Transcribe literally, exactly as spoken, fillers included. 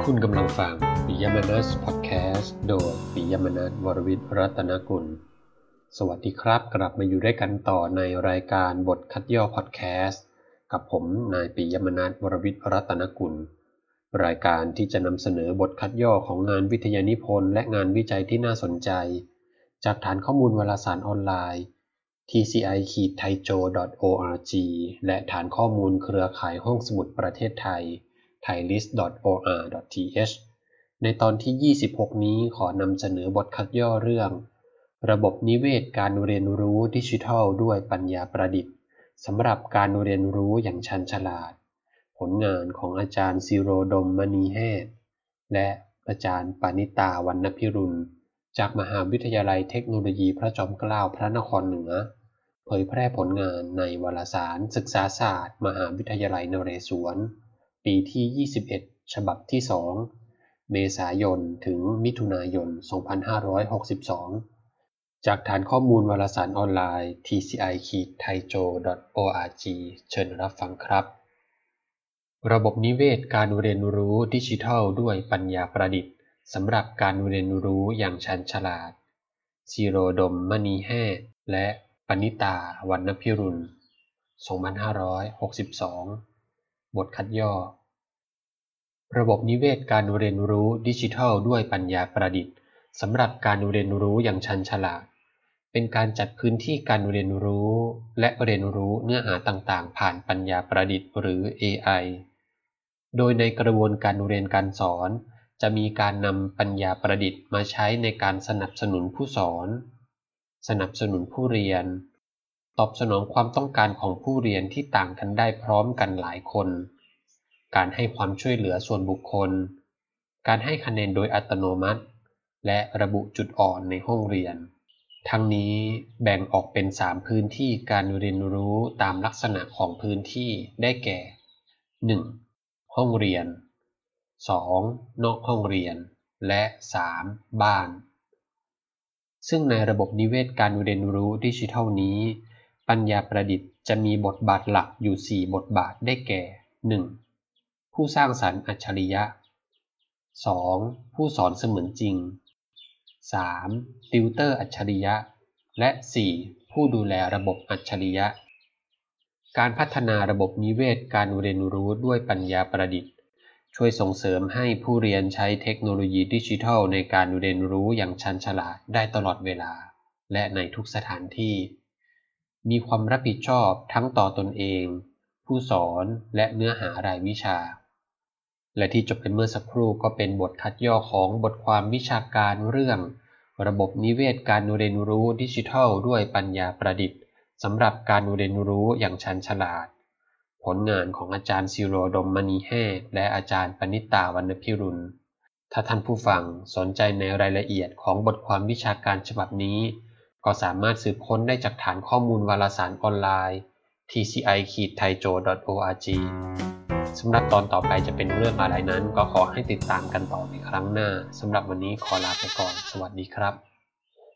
คุณกำลังฟังปิยมนัสพอดแคสต์โดยปิยมนัสวรวิทย์รัตนกุลสวัสดีครับกลับมาอยู่ด้วยกันต่อในรายการบทคัดย่อพอดแคสต์กับผมนายปิยมนัสวรวิทย์รัตนกุลรายการที่จะนำเสนอบทคัดย่อของงานวิทยานิพนธ์และงานวิจัยที่น่าสนใจจากฐานข้อมูลวารสารออนไลน์ ที ซี ไอ ไทโจ ดอท โอ อาร์ จี และฐานข้อมูลเครือข่ายห้องสมุดประเทศไทย ไทยลิสต์ ดอท โอ อาร์ ดอท ที เอช ในตอนที่ยี่สิบหกนี้ขอนำเสนอบทคัดย่อเรื่องระบบนิเวศการเรียนรู้ดิจิทัลด้วยปัญญาประดิษฐ์สำหรับการเรียนรู้อย่างชันฉลาดผลงานของอาจารย์ศิโรดมมณีแฮดและอาจารย์ปณิตาวรรณพิรุณจากมหาวิทยาลัยเทคโนโลยีพระจอมเกล้าพระนครเหนือเผยแพร่ผลงานในวารสารศึกษาศาสตร์มหาวิทยาลัยนเรศวรปีที่ยี่สิบเอ็ดฉบับที่สองเมษายนถึงมิถุนายนสองพันห้าร้อยหกสิบสองจากฐานข้อมูลวารสารออนไลน์ ที ซี ไอ ไทโจ ดอท โอ อาร์ จี เชิญรับฟังครับระบบนิเวศการเรียนรู้ดิจิทัลด้วยปัญญาประดิษฐ์สำหรับการเรียนรู้อย่างชันฉลาดศิโรดมมณีแฮดและปณิตาวรรณพิรุณสองพันห้าร้อยหกสิบสองบทคัดย่อระบบนิเวศการเรียนรู้ดิจิทัลด้วยปัญญาประดิษฐ์สำหรับการเรียนรู้อย่างชันฉลาดเป็นการจัดพื้นที่การเรียนรู้และเรียนรู้เนื้อหาต่างๆผ่านปัญญาประดิษฐ์หรือ เอ ไอ โดยในกระบวนการเรียนการสอนจะมีการนำปัญญาประดิษฐ์มาใช้ในการสนับสนุนผู้สอนสนับสนุนผู้เรียนตอบสนองความต้องการของผู้เรียนที่ต่างกันได้พร้อมกันหลายคนการให้ความช่วยเหลือส่วนบุคคลการให้คะแนนโดยอัตโนมัติและระบุจุดอ่อนในห้องเรียนทั้งนี้แบ่งออกเป็นสามพื้นที่การเรียนรู้ตามลักษณะของพื้นที่ได้แก่ หนึ่ง. ห้องเรียน สอง. นอกห้องเรียนและ สาม. บ้านซึ่งในระบบนิเวศการเรียนรู้ดิจิทัลนี้ปัญญาประดิษฐ์จะมีบทบาทหลักอยู่สี่บทบาทได้แก่ หนึ่ง. ผู้สร้างสรรค์อัจฉริยะ สอง. ผู้สอนเสมือนจริง สาม. ติวเตอร์อัจฉริยะและ สี่. ผู้ดูแลระบบอัจฉริยะการพัฒนาระบบนิเวศการเรียนรู้ด้วยปัญญาประดิษฐ์ช่วยส่งเสริมให้ผู้เรียนใช้เทคโนโลยีดิจิทัลในการเรียนรู้อย่างชันฉลาดได้ตลอดเวลาและในทุกสถานที่มีความรับผิดชอบทั้งต่อตนเองผู้สอนและเนื้อหารายวิชาและที่จบไปเมื่อสักครู่ก็เป็นบทคัดย่อของบทความวิชาการเรื่องระบบนิเวศการเรียนรู้ดิจิทัลด้วยปัญญาประดิษฐ์สำหรับการเรียนรู้อย่างชันฉลาดผลงานของอาจารย์ศิโรดมมณีแฮดและอาจารย์ปณิตาวรรณพิรุณถ้าท่านผู้ฟังสนใจในรายละเอียดของบทความวิชาการฉบับนี้ก็สามารถสืบค้นได้จากฐานข้อมูลวารสารออนไลน์ ที ซี ไอ ไทโจ ดอท โอ อาร์ จี สำหรับตอนต่อไปจะเป็นเรื่องอะไรนั้นก็ขอให้ติดตามกันต่อในครั้งหน้าสำหรับวันนี้ขอลาไปก่อนสวัสดีครับ